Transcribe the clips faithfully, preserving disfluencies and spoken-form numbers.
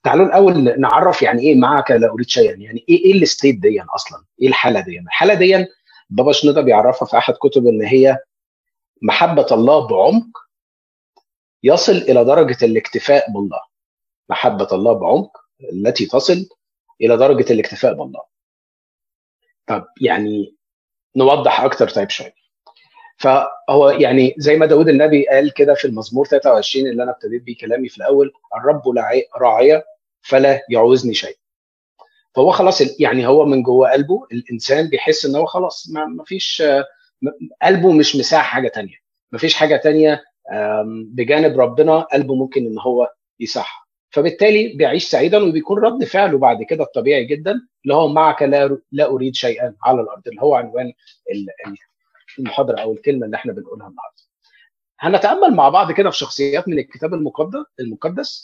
تعالوا الاول نعرف يعني ايه معك لا اريد شيئا. يعني ايه ايه الستيت دي اصلا؟ ايه الحاله دي؟ الحاله دي بابا شنودة بيعرفها في احد كتب ان هي محبه الله بعمق يصل الى درجه الاكتفاء بالله. محبه الله بعمق التي تصل الى درجه الاكتفاء بالله. طب يعني نوضح اكتر طيب شويه. فهو يعني زي ما داود النبي قال كده في المزمور ثلاثة وعشرين اللي انا ابتديت بيه كلامي في الاول: الرب راعي فلا يعوزني شيء. فهو خلاص يعني هو من جوه قلبه الانسان بيحس ان هو خلاص ما فيش، قلبه مش مساح حاجه تانية، ما فيش حاجه تانية بجانب ربنا قلبه ممكن ان هو يصح. فبالتالي بيعيش سعيدا وبيكون رد فعله بعد كده الطبيعي جدا اللي هو معك لا لا اريد شيئا على الارض، اللي هو عنوان المحاضره او الكلمه اللي احنا بنقولها النهارده. هنتامل مع بعض كده في شخصيات من الكتاب المقدس المقدس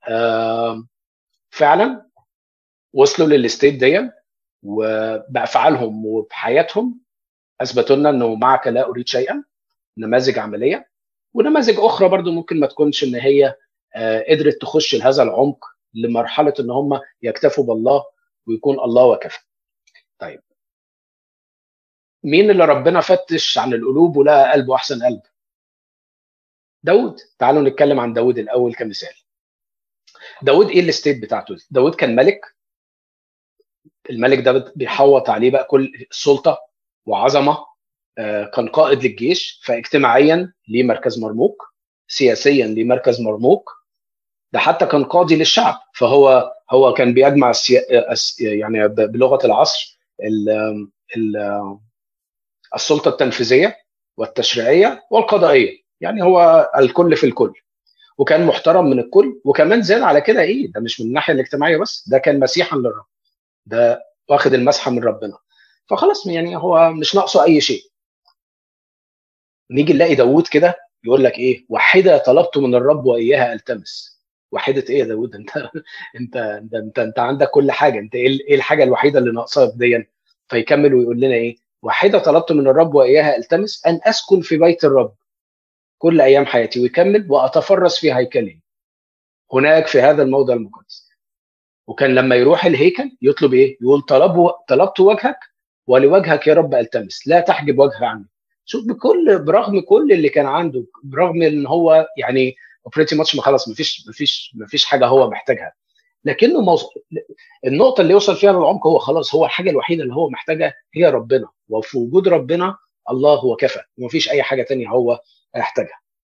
فعلا وصلوا للستيت دي وبافعالهم وبحياتهم اثبتوا لنا انه معك لا اريد شيئا. نماذج عمليه ونماذج اخرى برضو ممكن ما تكونش ان هي قدرت تخش لهذا العمق لمرحله ان هم يكتفوا بالله ويكون الله وكفى. طيب مين اللي ربنا فتش عن القلوب ولقى قلبه احسن قلب؟ داود. تعالوا نتكلم عن داود الاول كمثال. داود ايه الستيت بتاعته؟ داود كان ملك. الملك ده بيحوط عليه بقى كل السلطه وعظمه. كان قائد للجيش، فاجتماعيا ليه مركز مرموق، سياسيا ليه مركز مرموق. ده حتى كان قاضي للشعب، فهو هو كان بيجمع السي... يعني بلغه العصر ال... ال... السلطه التنفيذيه والتشريعيه والقضائيه، يعني هو الكل في الكل. وكان محترم من الكل، وكمان زاد على كده ايه، ده مش من الناحيه الاجتماعيه بس، ده كان مسيحا للرب، ده واخد المسحه من ربنا. فخلاص يعني هو مش ناقصه اي شيء. نيجي نلاقي داوود كده يقول لك ايه: واحده طلبت من الرب واياها التمس. واحده ايه يا داوود؟ انت انت انت انت, انت عندك كل حاجه، انت ايه الحاجه الوحيده اللي ناقصاك دي؟ فيكمل ويقول لنا ايه: واحده طلبت من الرب واياها التمس ان اسكن في بيت الرب كل ايام حياتي. ويكمل: واتفرس في هيكله هناك في هذا الموضع المقدس. وكان لما يروح الهيكل يطلب ايه؟ يقول: طلب طلبت وجهك ولوجهك يا رب التمس، لا تحجب وجهك عني. شوف، بكل برغم كل اللي كان عنده، برغم ان هو يعني بريتي ماتش ما خلاص مفيش مفيش مفيش حاجه هو محتاجها، لكنه موص... النقطه اللي يوصل فيها للعمق هو خلاص هو الحاجه الوحيده اللي هو محتاجها هي ربنا، وفي وجود ربنا الله هو كفى، ومفيش اي حاجه ثانيه هو يحتاجها.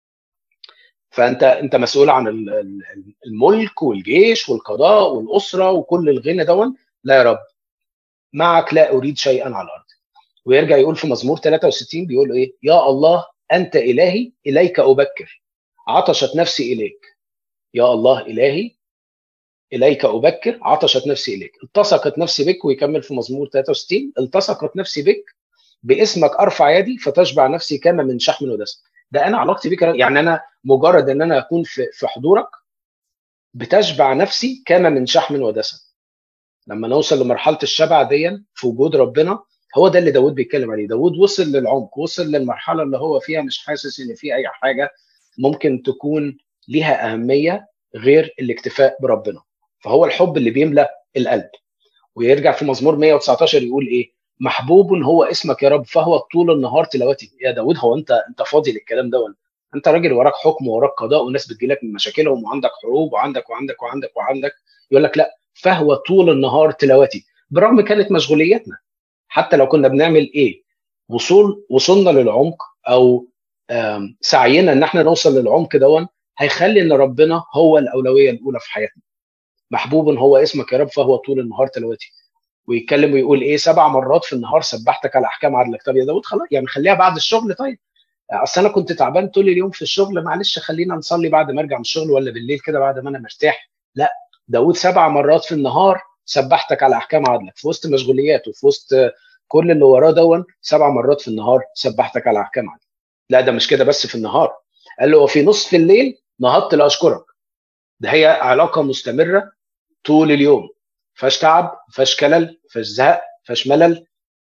فانت انت مسؤول عن الملك والجيش والقضاء والاسره وكل الغنى دون. لا يا رب، معك لا اريد شيئا على الارض. ويرجع يقول في مزمور ثلاثة وستين بيقول ايه: يا الله انت الهي اليك ابكر، عطشت نفسي اليك. يا الله الهي اليك ابكر، عطشت نفسي اليك، التصقت نفسي بك. ويكمل في مزمور ثلاثة وستين: التصقت نفسي بك، باسمك ارفع يدي فتشبع نفسي كما من شحم ودسم. ده انا علاقتي بك، يعني انا مجرد ان انا اكون في في حضورك بتشبع نفسي كما من شحم ودسم. لما نوصل لمرحله الشبع دي في وجود ربنا، هو ده اللي داود بيتكلم عليه. داود وصل للعمق، وصل للمرحله اللي هو فيها مش حاسس ان في اي حاجه ممكن تكون ليها اهميه غير الاكتفاء بربنا. فهو الحب اللي بيملأ القلب. ويرجع في مزمور مية وتسعتاشر يقول ايه: محبوب هو اسمك يا رب فهو طول النهار تلاوتي. يا داود، هو انت انت فاضي للكلام ده؟ انت راجل وراك حكم وراك قضاء وناس بتجيلك من مشاكلهم، وعندك حروب وعندك وعندك وعندك وعندك. يقول لك لا، فهو طول النهار تلاوتي. برغم كانت مشغولياتنا، حتى لو كنا بنعمل ايه، وصول وصلنا للعمق او سعينا ان احنا نوصل للعمق دون هيخلي ان ربنا هو الاولويه الاولى في حياتنا. محبوب هو اسمك يا رب فهو طول النهار تلاوتي. ويتكلم ويقول ايه: سبع مرات في النهار سبحتك على احكام عدلك. طب يا داود خلاص يعني خليها بعد الشغل. طيب اصل انا كنت تعبان طول اليوم في الشغل، معلش خلينا نصلي بعد ما ارجع من الشغل ولا بالليل كده بعد ما انا مرتاح. لا، داود سبع مرات في النهار سبحتك على احكام عدلك، في وسط مشغولياته، في وسط كل اللي وراه دون، سبع مرات في النهار سبحتك على احكام عدلك. لا، ده مش كده بس في النهار، قال له وفي نصف الليل نهضت لاشكرك. ده هي علاقه مستمره طول اليوم، فاش تعب، فاش كلل، فاش زهق، فاش ملل،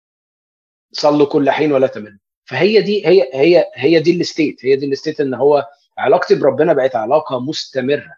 صلوا كل حين ولا تمل. فهي دي هي هي هي دي الستيت، هي دي الستيت ان هو علاقتي بربنا بقت علاقه مستمره.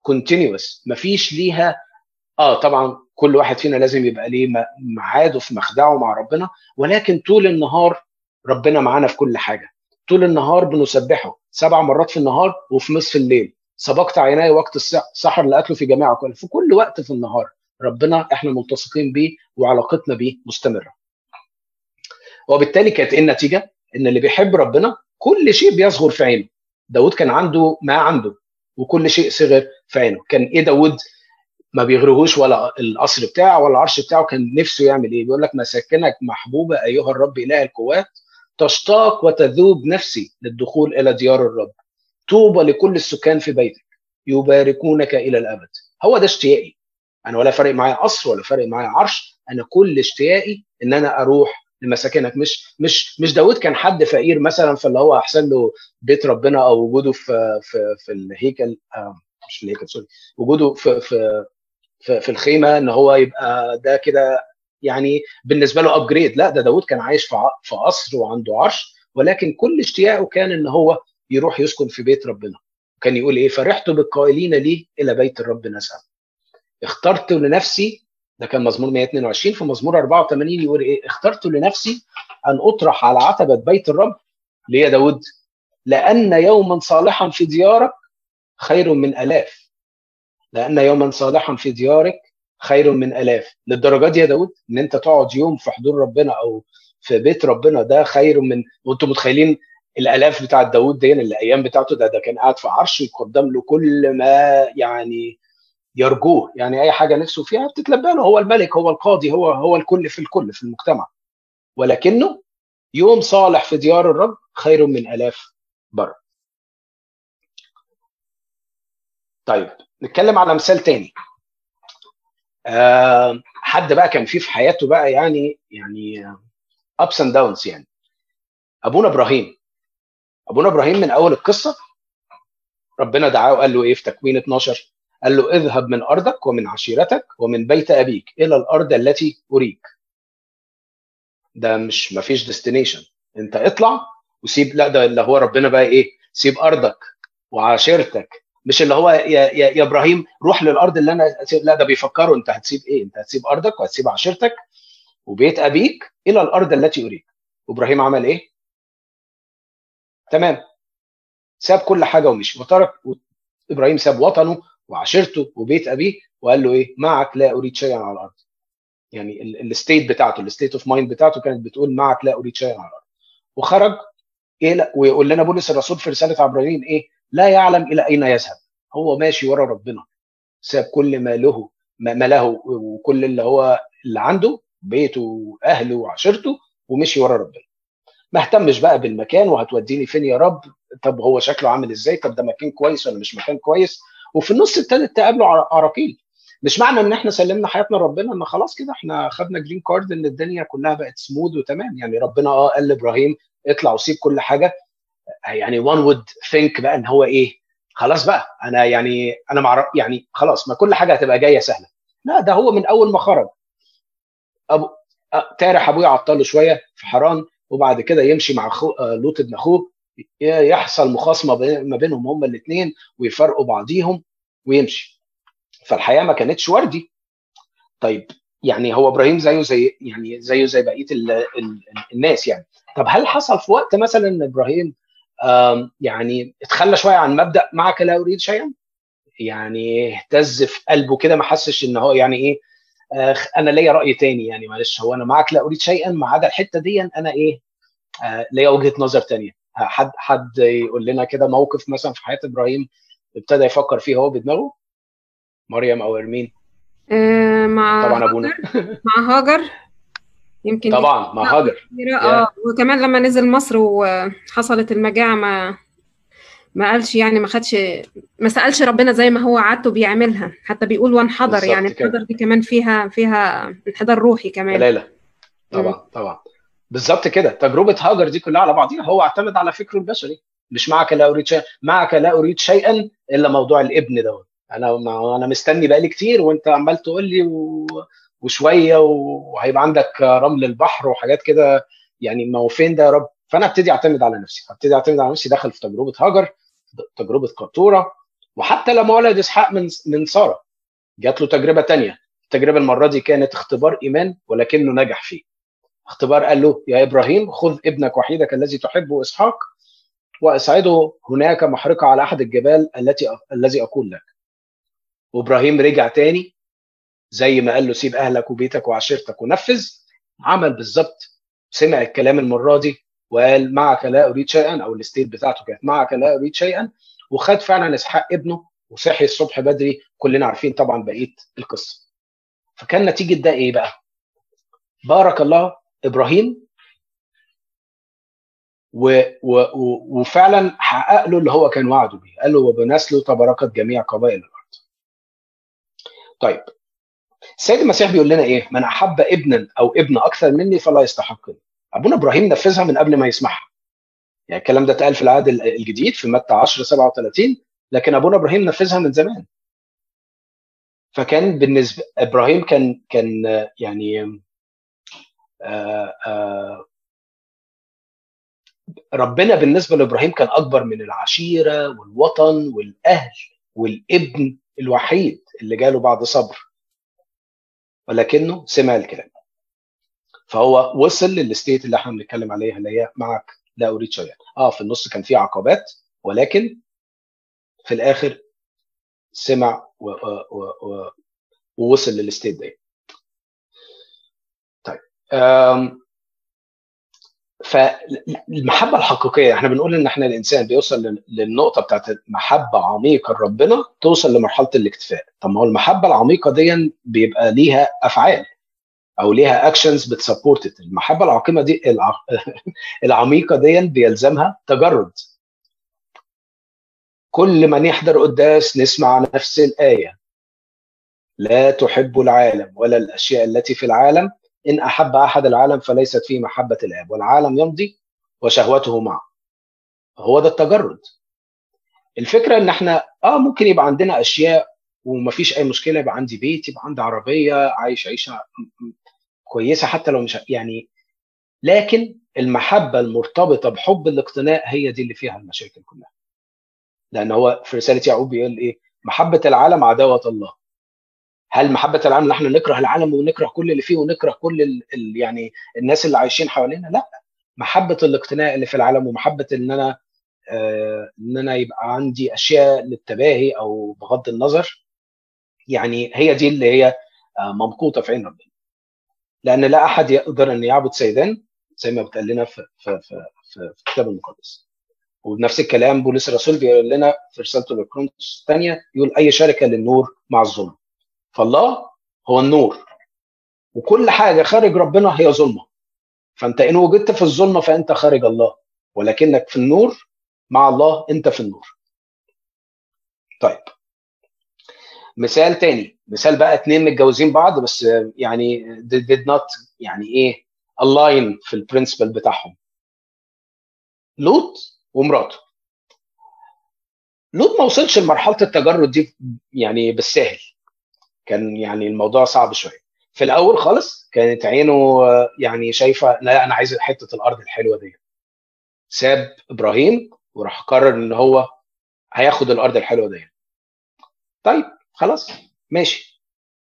كونتينيوس، مفيش ليها اه طبعا كل واحد فينا لازم يبقى ليه ميعاده في مخدعه مع ربنا، ولكن طول النهار ربنا معانا في كل حاجه. طول النهار بنسبحه سبع مرات في النهار وفي نصف الليل. سبقت عيناي وقت السحر لاكله في جميع كل في كل وقت في النهار ربنا احنا ملتصقين بيه وعلاقتنا بيه مستمره. وبالتالي كانت ايه النتيجه؟ ان اللي بيحب ربنا كل شيء بيصغر في عينه. داود كان عنده ما عنده وكل شيء صغر في عينه. كان ايه داود؟ ما بيغرهوش ولا القصر بتاعه ولا العرش بتاعه، كان نفسه يعمل ايه؟ بيقول لك مساكنك محبوبه ايها الرب اله القوات، تشتاق وتذوب نفسي للدخول الى ديار الرب. طوبى لكل السكان في بيتك يباركونك الى الابد. هو ده اشتياقي انا، ولا فارق معايا قصر ولا فارق معايا عرش، انا كل اشتياقي ان انا اروح لمساكنك. مش مش مش داود كان حد فقير مثلا فاللي هو احسن له بيت ربنا او وجوده في في في الهيكل، آه مش في الهيكل سوري، وجوده في في في, في الخيمه ان هو يبقى ده كده يعني بالنسبه له ابجريد. لا، ده داود كان عايش في في قصر وعنده عرش، ولكن كل اشتياقه كان ان هو يروح يسكن في بيت ربنا. كان يقول ايه؟ فرحت بالقائلين لي الى بيت الرب نسعى، اخترت لنفسي. ده كان مزمور مئة واثنين وعشرين. في مزمور أربعة وثمانين يقول ايه؟ اخترت لنفسي ان اطرح على عتبه بيت الرب. ليه يا داود؟ لان يوما صالحا في ديارك خير من الاف. لان يوما صالحا في ديارك خير من الاف. للدرجه دي يا داود ان انت تقعد يوم في حضور ربنا او في بيت ربنا ده خير من، وانتم متخيلين الالاف بتاع داود دي الايام بتاعته، ده ده كان قاعد في عرش يقدم له كل ما يعني يرجوه، يعني اي حاجه نفسه فيها بتتلبى له. هو الملك، هو القاضي، هو هو الكل في الكل في المجتمع. ولكنه يوم صالح في ديار الرب خير من الاف بره. طيب نتكلم على مثال تاني. أه حد بقى كان فيه في حياته بقى يعني يعني ups and downs. يعني ابونا ابراهيم. ابونا ابراهيم من اول القصه ربنا دعاه وقال له ايه في تكوين اتناشر؟ قال له اذهب من ارضك ومن عشيرتك ومن بيت ابيك الى الارض التي اريك. ده مش مفيش ديستنيشن، انت اطلع وسيب. لا، ده اللي هو ربنا بقى ايه؟ سيب ارضك وعشيرتك. مش اللي هو يا, يا, يا ابراهيم روح للارض اللي انا. لا، ده بيفكروا انت هتسيب ايه؟ انت هتسيب ارضك وهتسيب عشيرتك وبيت ابيك الى الارض التي اريك. وابراهيم عمل ايه؟ تمام، ساب كل حاجه ومشي وترك. ابراهيم ساب وطنه وعشيرته وبيت ابيه وقال له ايه؟ معك لا اريد شيئا على الارض. يعني الستيت بتاعته، الستيت اوف مايند بتاعته كانت بتقول معك لا اريد شيئا على الارض. وخرج ايه؟ لا، ويقول لنا بولس الرسول في رساله عبرانيين ايه؟ لا يعلم الى اين يذهب. هو ماشي ورا ربنا، ساب كل ما له ما له وكل اللي هو اللي عنده، بيته واهله وعشيرته، ومشي ورا ربنا. ما اهتمش بقى بالمكان وهتوديني فين يا رب، طب هو شكله عامل ازاي، طب ده مكان كويس ولا مش مكان كويس. وفي النص ابتدت تقابله عراقيل. مش معنى ان احنا سلمنا حياتنا لربنا ان خلاص كده احنا خدنا جرين كارد ان الدنيا كلها بقت سموث وتمام. يعني ربنا اه قال لابراهيم اطلع وسيب كل حاجه. يعني وان وود ثينك بقى ان هو ايه؟ خلاص بقى انا يعني انا مع يعني خلاص ما كل حاجه هتبقى جايه سهله. لا، ده هو من اول ما خرج ابو تارح ابويا عطله شويه في حران، وبعد كده يمشي مع خو... لوط ابن اخوه، يحصل مخاصمه ما بينهم هما الاثنين ويفرقوا بعضيهم ويمشي. فالحياه ما كانتش وردي. طيب يعني هو ابراهيم زيه زي يعني زيه زي بقيه ال... ال... الناس يعني. طب هل حصل في وقت مثلا ان ابراهيم يعني اتخلى شويه عن مبدا معك لا اريد شيئا؟ يعني اهتز في قلبه كده، ما حسش ان هو يعني ايه؟ آه انا ليا راي تاني يعني، معلش هو انا معك لا اريد شيئا ما عدا الحته دي انا ايه؟ آه ليا وجهه نظر تانية. حد حد يقول لنا كده موقف مثلا في حياه ابراهيم ابتدى يفكر فيه هو بدماغه؟ مريم او ارمين؟ آه مع طبعا ابونا. هاجر. مع هاجر يمكن دي طبعا مع هاجر. كتيرة. اه يا وكمان لما نزل مصر وحصلت المجاعة ما ما قالش يعني ما خدش ما سألش ربنا زي ما هو عادته بيعملها. حتى بيقول وانحدر، يعني بالظبط كده. الحضر دي كمان فيها فيها انحدار روحي كمان. دلاله. مم. طبعا طبعا. بالظبط كده. تجربه هاجر دي كلها على بعضيها هو اعتمد على فكره البشري. مش معك لا اريد شيئا، معك لا اريد شيئا الا موضوع الابن دوت. انا ما انا مستني بقالي كتير وانت عمال تقول لي و... وشويه وهيبقى عندك رمل البحر وحاجات كده. يعني ما هو فين ده يا رب؟ فانا ابتدي اعتمد على نفسي، ابتدي اعتمد على نفسي داخل في تجربه هاجر، تجربه قطوره، وحتى لما ولد اسحاق من من ساره جات له تجربه تانية. التجربه المره دي كانت اختبار ايمان ولكنه نجح فيه. اختبار قال له يا ابراهيم خذ ابنك وحيدك الذي تحبه اسحاق واصعده هناك محرقه على احد الجبال التي الذي اقول لك. وابراهيم رجع تاني زي ما قال له سيب اهلك وبيتك وعشيرتك ونفذ، عمل بالظبط. سمع الكلام المره دي وقال معك لا اريد شيئا، او الستيت بتاعته كانت معك لا اريد شيئا، وخد فعلا اسحاق ابنه وصحي الصبح بدري. كلنا عارفين طبعا بقيه القصه. فكان نتيجه ده ايه بقى؟ بارك الله ابراهيم و و وفعلا حقق له اللي هو كان وعده بيه، قال له وبنسله تباركت جميع قبائل الارض. طيب السيد المسيح بيقول لنا ايه؟ من احب ابنا او ابن اكثر مني فلا يستحقني. ابونا ابراهيم نفذها من قبل ما يسمعها. يعني الكلام ده اتقال في العهد الجديد في متى عشرة سبعة وثلاثين، لكن ابونا ابراهيم نفذها من زمان. فكان بالنسبه ابراهيم كان كان يعني آآ آآ ربنا بالنسبه لابراهيم كان اكبر من العشيره والوطن والاهل والابن الوحيد اللي جاله بعد صبر، ولكنه سمع الكلام. فهو وصل للستيت اللي احنا بنتكلم عليها اللي هي معك لا اريد شيئا. اه في النص كان في عقبات، ولكن في الاخر سمع و و و ووصل للستيت ده. طيب فالمحبه الحقيقيه احنا بنقول ان احنا الانسان بيوصل للنقطه بتاعت محبه عميقه لربنا توصل لمرحله الاكتفاء. طب ما هو المحبه العميقه دي بيبقى ليها افعال او ليها اكشنز بتسبورت. المحبه العقيمه دي الع... العميقه دي بيلزمها تجرد. كل ما نحضر قداس نسمع نفس الايه: لا تحب العالم ولا الاشياء التي في العالم، ان احب احد العالم فليست فيه محبه الاب، والعالم يمضي وشهوته معه. هو ده التجرد. الفكره ان احنا اه ممكن يبقى عندنا اشياء ومفيش اي مشكله، يبقى عندي بيت، يبقى عندي عربيه، عايش عيشه كويسه حتى لو مش يعني، لكن المحبه المرتبطه بحب الاقتناء هي دي اللي فيها المشاكل كلها. لان هو في رساله يعقوب بيقول ايه؟ محبه العالم عداوه الله. هل محبه العالم ان احنا نكره العالم ونكره كل اللي فيه ونكره كل ال ال يعني الناس اللي عايشين حوالينا؟ لا، محبه الاقتناء اللي في العالم ومحبه ان انا آه ان انا يبقى عندي اشياء للتباهي او بغض النظر، يعني هي دي اللي هي آه ممقوته في عين ربنا. لان لا احد يقدر ان يعبد سيدان زي ما بتقال لنا في في في, في, في الكتاب المقدس. وبنفس الكلام بولس الرسول بيقول لنا في رسالته لكورنثوس الثانيه، يقول اي شركه للنور مع الظلم. فالله هو النور، وكل حاجه خارج ربنا هي ظلمه. فانت ان وجدت في الظلمه فانت خارج الله، ولكنك في النور مع الله انت في النور. طيب مثال تاني، مثال بقى اتنين متجوزين بعض بس يعني did not يعني ايه align في البرنسبل بتاعهم. لوط ومراته. لوط ما وصلش لمرحله التجرد دي يعني بالسهل، كان يعني الموضوع صعب شويه. في الاول خالص كانت عينه يعني شايفه لا انا عايز حته الارض الحلوه دي. ساب ابراهيم وراح قرر ان هو هياخد الارض الحلوه دي. طيب خلاص ماشي،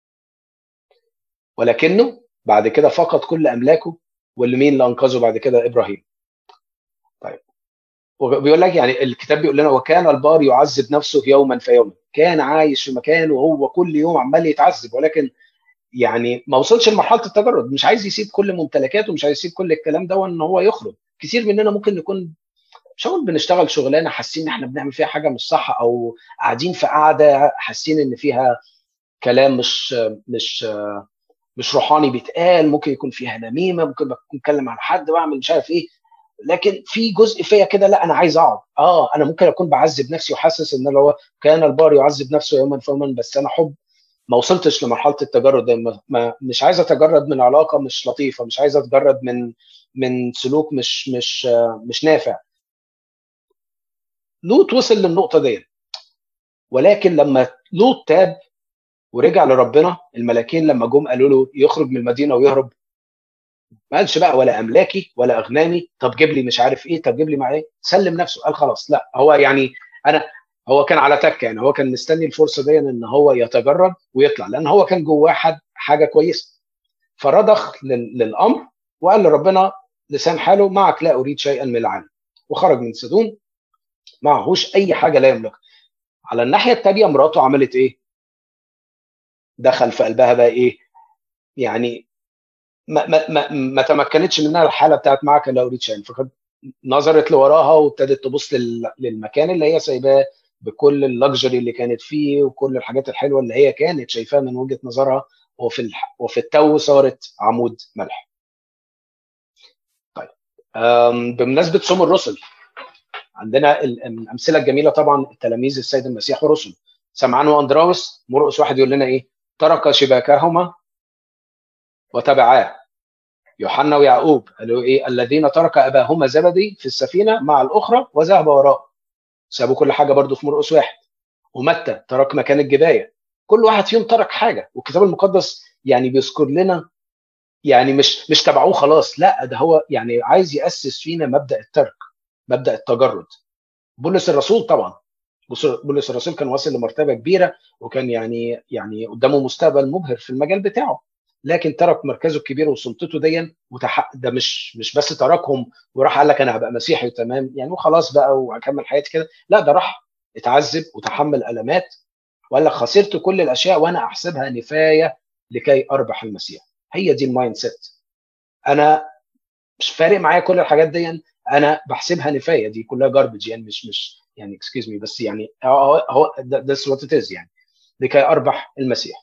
ولكنه بعد كده فقد كل املاكه. واللي مين اللي انقذه بعد كده؟ ابراهيم. طيب وبيقول لك يعني الكتاب بيقول لنا وكان البار يعذب نفسه يوما فيوما. كان عايش في مكان وهو كل يوم عمال يتعذب، ولكن يعني ما وصلش لمرحله التجرد. مش عايز يسيب كل ممتلكاته، مش عايز يسيب كل الكلام ده وان هو يخرج. كثير مننا ممكن نكون مش هقول بنشتغل شغلانه حاسين ان احنا بنعمل فيها حاجه مش صح، او قاعدين في قاعده حاسين ان فيها كلام مش مش مش روحاني بيتقال، ممكن يكون فيها نميمه، ممكن بكون بتكلم عن حد بعمل مش عارف ايه، لكن في جزء فيا كده لا انا عايز اقعد. اه انا ممكن اكون بعذب نفسي وحاسس ان لو كان البار يعذب نفسه يوما فيوما، بس انا حب ما وصلتش لمرحله التجرد. ما مش عايز اتجرد من علاقه مش لطيفه، مش عايز اتجرد من من سلوك مش مش مش نافع. لوط وصل للنقطه دي، ولكن لما لوط تاب ورجع لربنا، الملاكين لما جم قالوا له يخرج من المدينه ويهرب، ما قالش بقى ولا املاكي ولا اغنامي، طب جيب لي مش عارف ايه، طب جيب لي مع ايه، سلم نفسه. قال خلاص لا هو يعني انا هو كان على تكه، يعني هو كان مستني الفرصه دي ان هو يتجرد ويطلع، لان هو كان جواه حد حاجه كويسه. فرضخ لل- للامر وقال لربنا لسان حاله: معك لا اريد شيئا من العالم. وخرج من سدوم معهوش اي حاجه لا يملكها. على الناحيه الثانيه مراته عملت ايه؟ دخل في قلبها بقى ايه؟ يعني ما ما ما, ما تمكنتش منها الحاله بتاعت معك لا اريد شيئا، فقد نظرت لوراها وابتدت تبص لل- للمكان اللي هي سايباه بكل اللكجري اللي كانت فيه وكل الحاجات الحلوه اللي هي كانت شايفاها من وجهه نظرها، وفي الح... وفي التو صارت عمود ملح. طيب، أم، بمناسبه صوم الرسل، عندنا ال- الامثله الجميله طبعا التلاميذ السيد المسيح ورسله. سمعان واندراوس، مرقس واحد يقول لنا ايه؟ ترك شباكهما وتبعاه. يوحنا ويعقوب قالوا ايه؟ الذين ترك اباهما زبدي في السفينه مع الاخرى وذهب وراءه. سابوا كل حاجه برضو في مرقس واحد. ومتى ترك مكان الجبايه. كل واحد فيهم ترك حاجه، والكتاب المقدس يعني بيذكر لنا، يعني مش مش تبعوه خلاص، لا ده هو يعني عايز ياسس فينا مبدا الترك، مبدا التجرد. بولس الرسول طبعا، بولس الرسول كان واصل لمرتبه كبيره، وكان يعني يعني قدامه مستقبل مبهر في المجال بتاعه، لكن ترك مركزه الكبير وسلطته دي وتحقق ده. مش مش بس تركهم وراح قال لك انا هبقى مسيحي تمام يعني وخلاص بقى واكمل حياتي كده، لا ده راح اتعذب وتحمل المات وقال لك خسرت كل الاشياء وانا احسبها نفايه لكي اربح المسيح. هي دي المايند سيت. انا مش فارق معايا كل الحاجات دي، انا بحسبها نفايه، دي كلها جاربج يعني، مش مش يعني اكسكيوز مي، بس يعني هو هو ذاتس وات ات از يعني لكي اربح المسيح.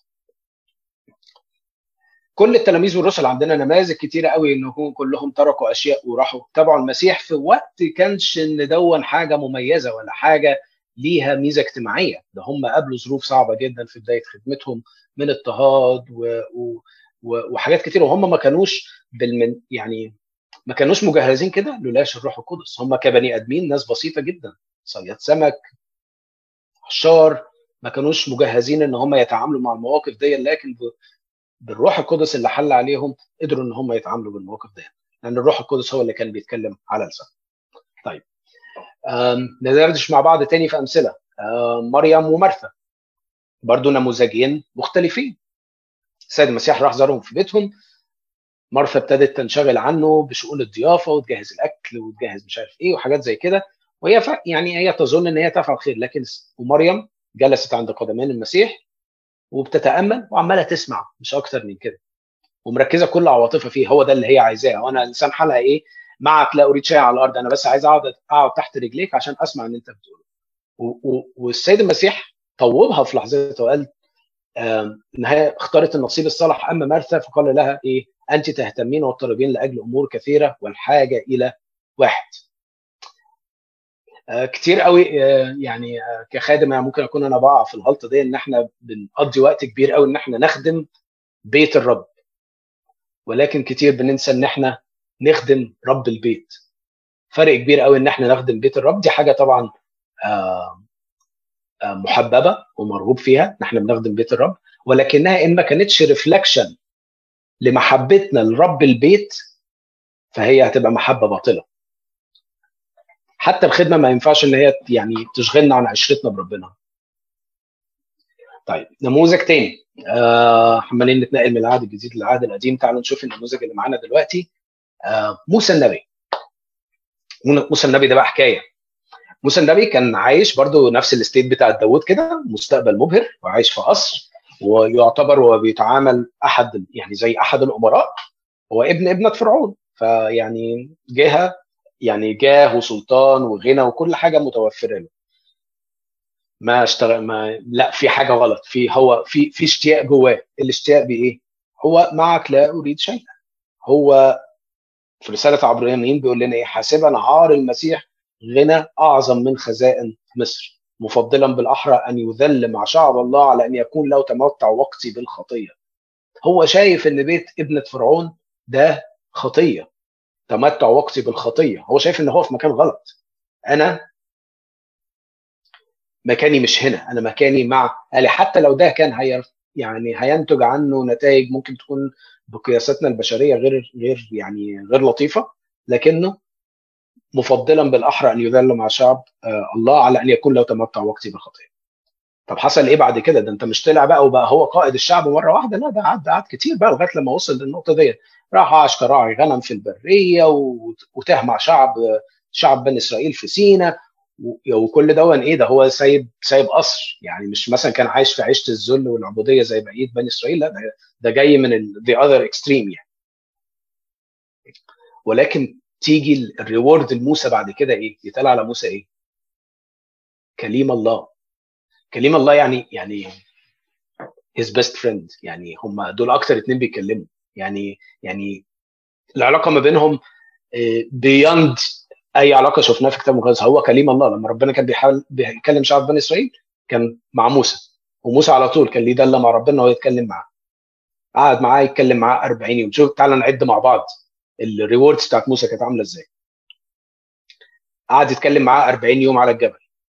كل التلاميذ والرسل عندنا نماذج كتيره قوي انهم كلهم تركوا اشياء وراحوا تبعوا المسيح في وقت كانش ان دون حاجه مميزه ولا حاجه ليها ميزه اجتماعيه، ده هم قابلوا ظروف صعبه جدا في بدايه خدمتهم من اضطهاد و... و... و... وحاجات كتير، وهم ما كانوش بالمن يعني ما كانوش مجهزين كده لولاش الروح القدس. هم كبني ادمين ناس بسيطه جدا، صياد سمك، عشار، ما كانوش مجهزين ان هم يتعاملوا مع المواقف دي، لكن بالروح القدس اللي حل عليهم قدروا ان هم يتعاملوا بالمواقف دي، لان الروح القدس هو اللي كان بيتكلم على لسان. طيب، ندردش مع بعض تاني في امثله. مريم ومرثا برضو نموذجين مختلفين. السيد المسيح راح زارهم في بيتهم، مرثا ابتدت تنشغل عنه بشؤون الضيافه وتجهز الاكل وتجهز مش عارف ايه وحاجات زي كده، وهي ف... يعني هي تظن ان هي تفعل خير، لكن ومريم جلست عند قدمين المسيح وبتتامل وعماله تسمع مش اكتر من كده، ومركزه كل عواطفها فيه، هو ده اللي هي عايزاه. وانا لسان حالها ايه؟ معك لا اريد شيء على الارض، انا بس عايز اقعد اقعد تحت رجليك عشان اسمع ان انت بتقوله. والسيد المسيح طوبها في لحظتها وقال ان هي اختارت النصيب الصالح. اما مرثا فقال لها ايه؟ انت تهتمين وتضطربين لاجل امور كثيره والحاجه الى واحد. آه كتير قوي. آه يعني آه كخادم ممكن اكون انا بقع في الغلطه دي، ان احنا بنقضي وقت كبير قوي ان احنا نخدم بيت الرب، ولكن كتير بننسى ان احنا نخدم رب البيت. فرق كبير قوي ان احنا نخدم بيت الرب، دي حاجه طبعا آه آه محببه ومرغوب فيها ان احنا بنخدم بيت الرب، ولكنها ان ما كانتش ريفلكشن لمحبتنا لرب البيت فهي هتبقى محبه باطله. حتى الخدمه ما ينفعش ان هي يعني تشغلنا عن عشرتنا بربنا. طيب، نموذج تاني. آه عمالين نتنقل من العهد الجديد للعهد القديم، تعالوا نشوف النموذج اللي معانا دلوقتي. آه موسى النبي. موسى النبي ده بقى حكايه. موسى النبي كان عايش برضو نفس الستيت بتاع داوود كده، مستقبل مبهر وعايش في قصر، ويعتبر وبيتعامل احد يعني زي احد الامراء، هو ابن ابنه فرعون، فيعني جهه يعني جاه وسلطان وغنى وكل حاجه متوفره له. ما اشتغل ما لا في حاجه غلط، في هو في في اشتياق جواه. الاشتياق بايه؟ هو معك لا اريد شيئا. هو في رساله عبرانيين بيقول لنا ايه؟ حاسبا عار المسيح غنى اعظم من خزائن مصر، مفضلا بالاحرى ان يذل مع شعب الله على ان يكون له تمتع وقتي بالخطيه. هو شايف ان بيت ابنه فرعون ده خطيه، تمتع وقتي بالخطيه. هو شايف ان هو في مكان غلط. انا مكاني مش هنا، انا مكاني مع آلي، حتى لو ده كان هي يعني هينتج عنه نتائج ممكن تكون بقياساتنا البشريه غير غير يعني غير لطيفه، لكنه مفضلا بالاحرى ان يذل مع شعب آه الله على ان يكون له تمتع وقتي بالخطيه. طب حصل ايه بعد كده؟ ده انت مش طلع بقى وبقى هو قائد الشعب مره واحده، لا، ده قعد قعد كتير بقى لغايه لما وصل للنقطه ديت. راح عاش كراعي غنم في البريه وتاه مع شعب شعب بني اسرائيل في سينا، وكل ده ايه؟ ده هو سايب سايب قصر، يعني مش مثلا كان عايش في عيشه الذل والعبوديه زي بقيه بني اسرائيل، لا، ده, ده جاي من ذا اذر اكستريم يعني. ولكن تيجي الريورد لموسى بعد كده ايه؟ يتقال على موسى ايه؟ كليم الله. كليم الله يعني يعني his best friend، يعني هم دول اكتر اتنين بيتكلموا، يعني يعني العلاقه ما بينهم بياند اي علاقه شفناها في الكتاب المقدس. هو كليم الله. لما ربنا كان بيحاول بيكلم شعب بني اسرائيل كان مع موسى، وموسى على طول كان ليه دله مع ربنا وهو يتكلم معاه. قعد معاه يتكلم معاه أربعين يوم. شوف، تعالى نعد مع بعض الريوردز بتاعت موسى كانت عامله ازاي. قعد يتكلم معاه أربعين يوم على الجبل،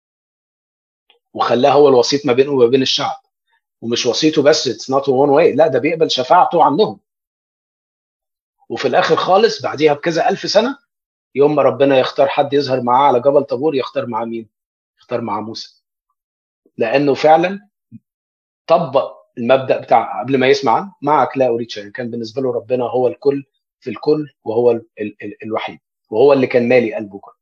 وخلاه هو الوسيط ما بينه وما بين الشعب. ومش وسيطه بس، اتس نوت وان واي، لا، ده بيقبل شفاعته عنهم. وفي الاخر خالص بعديها بكذا الف سنه، يوم ما ربنا يختار حد يظهر معاه على جبل طابور، يختار معاه مين؟ يختار معاه موسى. لانه فعلا طبق المبدا بتاع قبل ما يسمع عنه، معك لا اريد شيئا. كان بالنسبه له ربنا هو الكل في الكل، وهو ال ال ال الوحيد، وهو اللي كان مالي قلبه كله.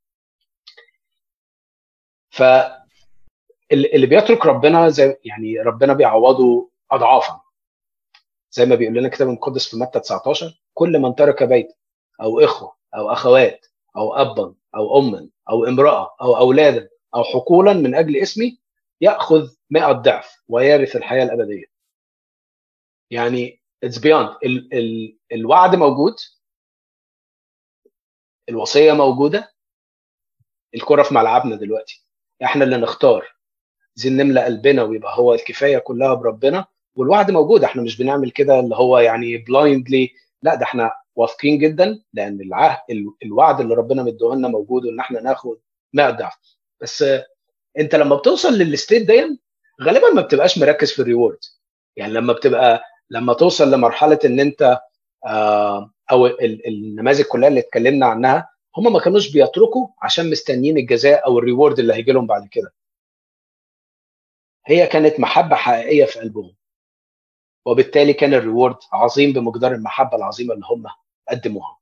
فاللي بيترك ربنا زي يعني ربنا بيعوضه اضعافا، زي ما بيقول لنا الكتاب المقدس في متى تسعتاشر: كل من ترك بيت او اخوه او اخوات او ابا او اما او امراه او اولادا او حقولا من اجل اسمي ياخذ مئة ضعف ويرث الحياه الابديه. يعني اتس بياند. ال ال الوعد موجود، الوصيه موجوده، الكره في ملعبنا دلوقتي، احنا اللي نختار. عايزين نملى قلبنا ويبقى هو الكفايه كلها بربنا، والوعد موجود. احنا مش بنعمل كده اللي هو يعني بلايندلي، لا، ده احنا واثقين جدا، لان العهد الوعد اللي ربنا مديه لنا موجود، وان احنا ناخد مئة ضعف. بس انت لما بتوصل للستيت دي غالبا ما بتبقاش مركز في الريورد. يعني لما بتبقى لما توصل لمرحله ان انت آه او النماذج كلها اللي اتكلمنا عنها، هم ما كانوش بيتركوا عشان مستنيين الجزاء او الريورد اللي هيجي لهم بعد كده. هي كانت محبه حقيقيه في قلبهم، وبالتالي كان الريورد عظيم بمقدار المحبه العظيمه اللي هم قدموها.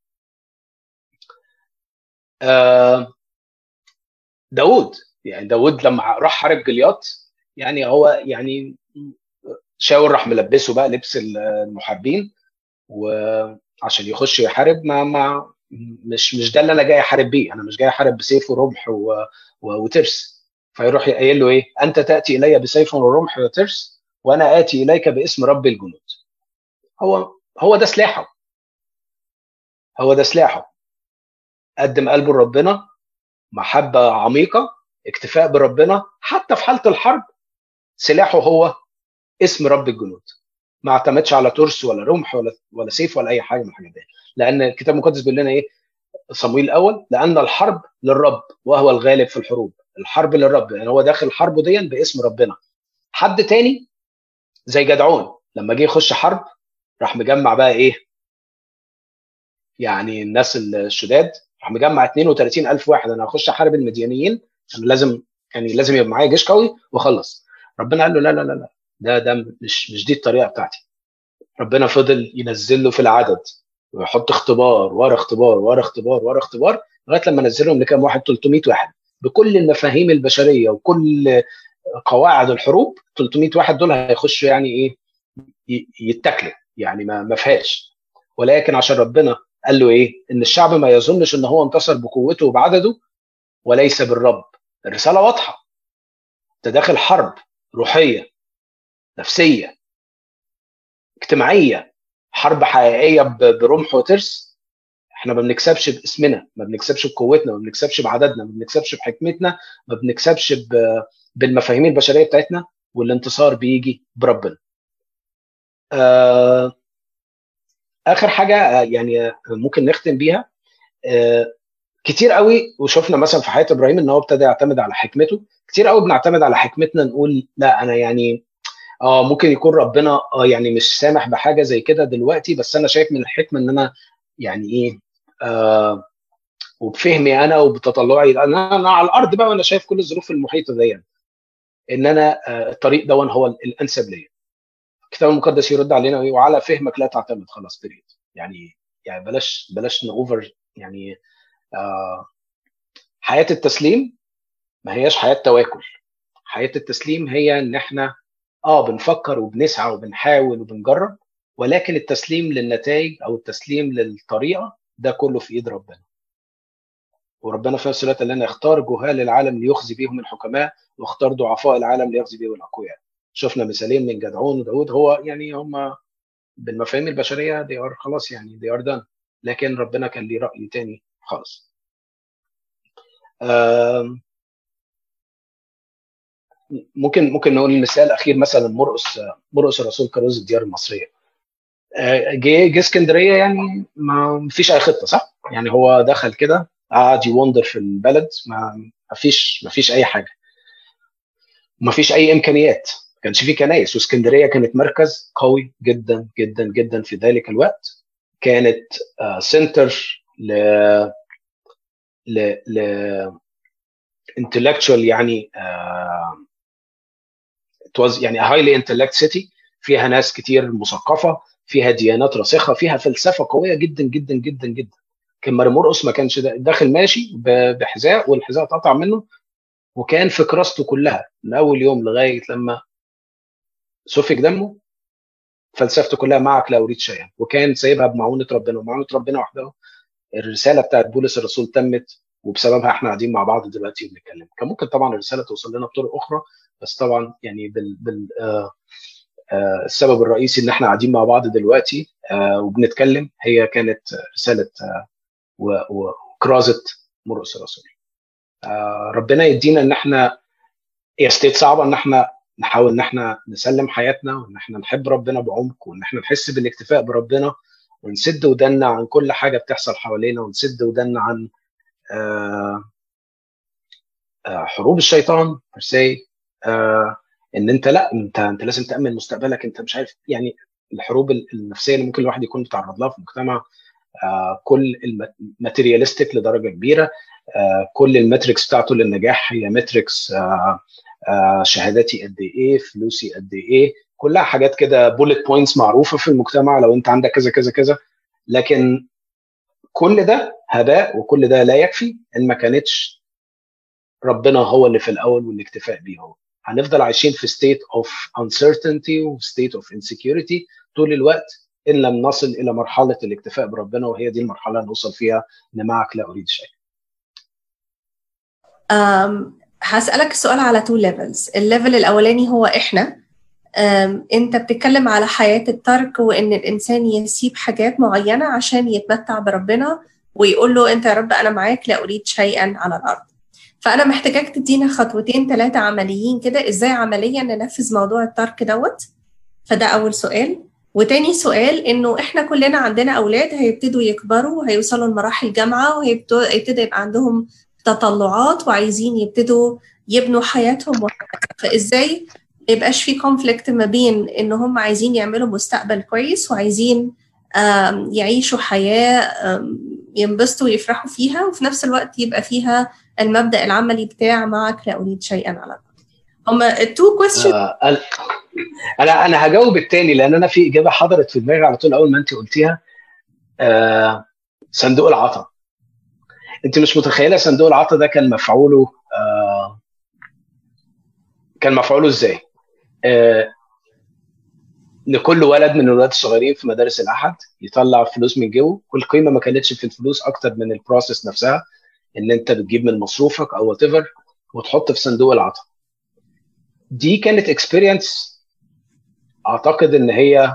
آه داود، يعني داود لما راح حارب جليات، يعني هو يعني شاول راح ملبسه بقى لبس المحاربين وعشان يخش يحارب. ما, ما مش مش ده اللي انا جاي احارب بيه، انا مش جاي احارب بسيف ورمح وترس. فيروح قايل له ايه؟ انت تاتي الي بسيف ورمح وترس، وانا اتي اليك باسم رب الجنود. هو هو ده سلاحه، هو ده سلاحه. قدم قلبه لربنا، محبه عميقه، اكتفاء بربنا حتى في حاله الحرب. سلاحه هو اسم رب الجنود، ما اعتمدش على ترس ولا رمح ولا ولا سيف ولا اي حاجه من الحاجات دي. لان الكتاب المقدس بيقول لنا ايه؟ صموئيل الاول: لان الحرب للرب وهو الغالب في الحروب. الحرب للرب، يعني هو داخل حربه دي باسم ربنا. حد تاني زي جدعون لما جه يخش حرب، راح مجمع بقى ايه؟ يعني الناس الشداد، راح مجمع اثنين وثلاثين ألف واحد. انا هخش احارب المديانيين، انا لازم يعني لازم يبقى معايا جيش قوي واخلص. ربنا قال له: لا لا لا لا، ده ده مش مش دي الطريقه بتاعتي. ربنا فضل ينزل له في العدد، ويحط اختبار ورا اختبار ورا اختبار ورا اختبار، لغايه لما نزلهم لكام واحد؟ ثلاثمئة واحد، بكل المفاهيم البشريه وكل قواعد الحروب. ثلاثمئة واحد دول هيخشوا يعني ايه؟ يتاكلوا، يعني ما ما فيهاش. ولكن عشان ربنا قال له ايه؟ ان الشعب ما يظنش ان هو انتصر بقوته وبعدده وليس بالرب. الرساله واضحه، انت داخل حرب روحيه، نفسيه، اجتماعيه، حرب حقيقيه برمح وترس. احنا ما بنكسبش باسمنا، ما بنكسبش بقوتنا، ما بنكسبش بعددنا، ما بنكسبش بحكمتنا، ما بنكسبش بالمفاهيم البشريه بتاعتنا، والانتصار بيجي بربنا. آه اخر حاجه يعني ممكن نختم بيها، آه كتير قوي وشفنا مثلا في حياه ابراهيم ان هو ابتدى يعتمد على حكمته. كتير قوي بنعتمد على حكمتنا، نقول لا انا يعني اه ممكن يكون ربنا اه يعني مش سامح بحاجه زي كده دلوقتي، بس انا شايف من الحكمه ان انا يعني ايه آه وبفهمي انا وبتطلعي انا, أنا على الارض بقى وانا شايف كل الظروف المحيطه دي يعني. ان انا الطريق ده هو الانسب ليا. الكتاب المقدس يرد علينا وعلى فهمك لا تعتمد، خلاص بريد. يعني يعني بلاش بلاش نوفر يعني. آه حياه التسليم ما هياش حياه تواكل. حياه التسليم هي ان احنا اه بنفكر وبنسعى وبنحاول وبنجرب، ولكن التسليم للنتائج او التسليم للطريقه ده كله في ايد ربنا. وربنا في نفس الوقت قال لنا اختار جهال العالم ليخزي بهم الحكماء، واختار ضعفاء العالم ليخزي بهم الاقوياء. شفنا مثالين من جدعون وداود، هو يعني هم بالمفاهيم البشريه دي ار خلاص يعني دي ار دان، لكن ربنا كان ليه راي تاني خالص. ممكن ممكن نقول مثال اخير، مثلا مرقس مرقس الرسول كرز الديار المصريه. جه جه اسكندريه، يعني ما فيش اي خطه صح؟ يعني هو دخل كده قعد يوندر في البلد، ما فيش ما فيش اي حاجه، ما فيش اي امكانيات، ما كانش في كنايس. واسكندريه كانت مركز قوي جدا جدا جدا في ذلك الوقت. كانت سنتر ل ل ل intellectual يعني uh, it was يعني highly intellect city، فيها ناس كتير مثقفه، فيها ديانات راسخه، فيها فلسفه قويه جدا جدا جدا جدا. كان مرقس ما كانش داخل ماشي بحذاء والحذاء اتقطع منه، وكان في كراسته كلها من اول يوم لغايه لما سفك دمه فلسفته كلها معك لا اريد شيئا، وكان سايبها بمعونه ربنا، ومعونه ربنا وحده الرساله بتاعت بولس الرسول تمت، وبسببها احنا قاعدين مع بعض دلوقتي وبنتكلم. كان ممكن طبعا الرساله توصل لنا بطرق اخرى، بس طبعا يعني بال, بال آه آه السبب الرئيسي ان احنا قاعدين مع بعض دلوقتي آه وبنتكلم هي كانت رساله آه وكرازه مرقس الرسول. آه ربنا يدينا ان احنا هي ستيت صعبه ان احنا نحاول ان احنا نسلم حياتنا، وان احنا نحب ربنا بعمق، وان احنا نحس بالاكتفاء بربنا، ونسد ودنا عن كل حاجه بتحصل حوالينا، ونسد ودنا عن آه آه حروب الشيطان برسي. آه ان انت لا انت انت لازم تامن مستقبلك، انت مش عارف يعني الحروب النفسيه اللي ممكن الواحد يكون متعرض لها في المجتمع. آه كل الماتيريالستيك لدرجه كبيره، آه كل الماتريكس بتاعته للنجاح هي ماتريكس آه آه شهاداتي قد ايه، فلوسي قد ايه، كلها حاجات كده بولت بوينتس معروفه في المجتمع، لو انت عندك كذا كذا كذا. لكن كل ده هباء، وكل ده لا يكفي ان ما كانتش ربنا هو اللي في الاول والاكتفاء بيه هو. هنفضل عايشين في state of uncertainty و state of insecurity طول الوقت ان لم نصل الى مرحله الاكتفاء بربنا، وهي دي المرحله اللي نوصل فيها ان معك لا اريد شيء. هسألك السؤال على تو ليفلز. الليفل الأولاني هو إحنا أنت بتتكلم على حياة الترك، وإن الإنسان يسيب حاجات معينة عشان يتمتع بربنا ويقول له أنت يا رب أنا معاك لا أريد شيئا على الأرض. فأنا محتاجاك تدينا خطوتين ثلاثة عمليين كده إزاي عمليا ننفذ موضوع الترك دوت. فده أول سؤال. وتاني سؤال إنه إحنا كلنا عندنا أولاد هيبتدوا يكبروا وهيوصلوا لمراحل جامعة وهيبتدوا يبقى عندهم تطلعات وعايزين يبتدوا يبنوا حياتهم وحياتهم. فإزاي ما يبقاش في كونفليكت ما بين إن هم عايزين يعملوا مستقبل كويس وعايزين يعيشوا حياة ينبسطوا ويفرحوا فيها، وفي نفس الوقت يبقى فيها المبدأ العملي بتاع معك لا أريد شيئا على الأرض. هما التو كويستشن. آه انا انا هجاوب التاني لان انا في اجابه حضرت في دماغي على طول اول ما انت قلتيها. آه صندوق العطاء. انت مش متخيله صندوق العطاء ده كان مفعوله آه كان مفعوله ازاي؟ آه لكل ولد من الولاد الصغيرين في مدارس الاحد يطلع فلوس من جيبه، والقيمه ما كانتش في الفلوس اكتر من البروسيس نفسها، ان انت بتجيب من مصروفك او وات ايفر وتحط في صندوق العطاء. دي كانت اكسبيرينس اعتقد ان هي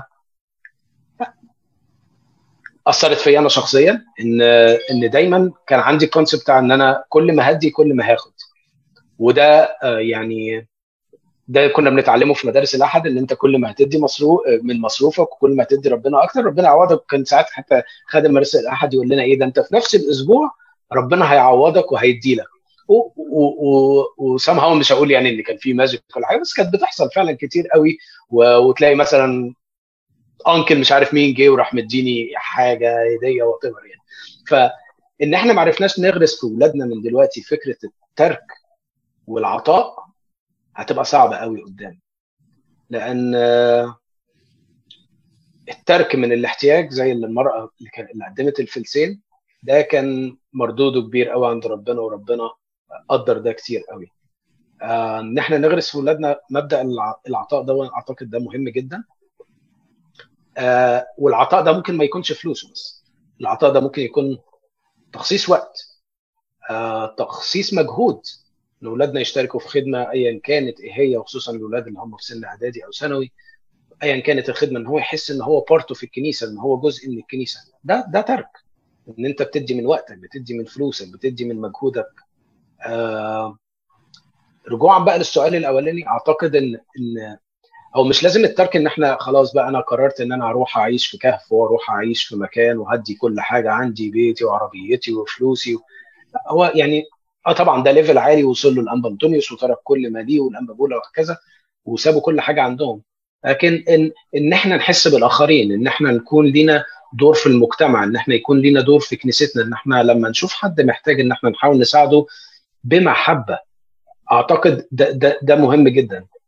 اثرت فيا انا شخصيا، ان ان دايما كان عندي الكونسيبت بتاع ان انا كل ما هدي كل ما هاخد. وده يعني ده كنا بنتعلمه في مدارس الاحد، ان انت كل ما هتدي مصروف من مصروفك وكل ما هتدي ربنا اكتر ربنا يعوضك. كان ساعات حتى خادم مدرسه الاحد يقول لنا ايه ده، انت في نفس الاسبوع ربنا هيعوضك وهيدي لك. وسامهاو مش هقول يعني ان كان في ماجيك ولا حاجه، بس كانت بتحصل فعلا كتير قوي. وتلاقي مثلا انكل مش عارف مين جه وراح مديني حاجه هديه وات ايفر يعني. ان احنا ما عرفناش نغرس في اولادنا من دلوقتي فكره الترك والعطاء هتبقى صعبه قوي قدام، لان الترك من الاحتياج زي اللي المراه اللي, كان اللي قدمت الفلسين ده كان مردوده كبير قوي عند ربنا، وربنا قدر ده كتير قوي. آه ان احنا نغرس في اولادنا مبدا العطاء ده، اعتقد ده مهم جدا. آه والعطاء ده ممكن ما يكونش فلوس بس، العطاء ده ممكن يكون تخصيص وقت، آه تخصيص مجهود، ان اولادنا يشتركوا في خدمه ايا كانت ايه هي، وخصوصا الاولاد اللي هم في سن اعدادي او ثانوي، ايا كانت الخدمه، ان هو يحس ان هو بارتو في الكنيسه، ان هو جزء من الكنيسه. ده ده ترك، ان انت بتدي من وقتك، بتدي من فلوسك، بتدي من مجهودك. آه رجوعا بقى للسؤال الاولاني، اعتقد ان ان او مش لازم الترك ان احنا خلاص بقى انا قررت ان انا اروح اعيش في كهف واروح اعيش في مكان وهدي كل حاجه عندي، بيتي وعربيتي وفلوسي. هو يعني اه طبعا ده ليفل عالي وصل له الانبا انطونيوس وترك كل ما ليه والانبا بولا وهكذا وسابوا كل حاجه عندهم. لكن ان ان احنا نحس بالاخرين، ان احنا نكون لينا دور في المجتمع، ان احنا يكون لينا دور في كنيستنا، ان احنا لما نشوف حد محتاج ان احنا نحاول نساعده بمحبه. اعتقد ده ده ده مهم جدا.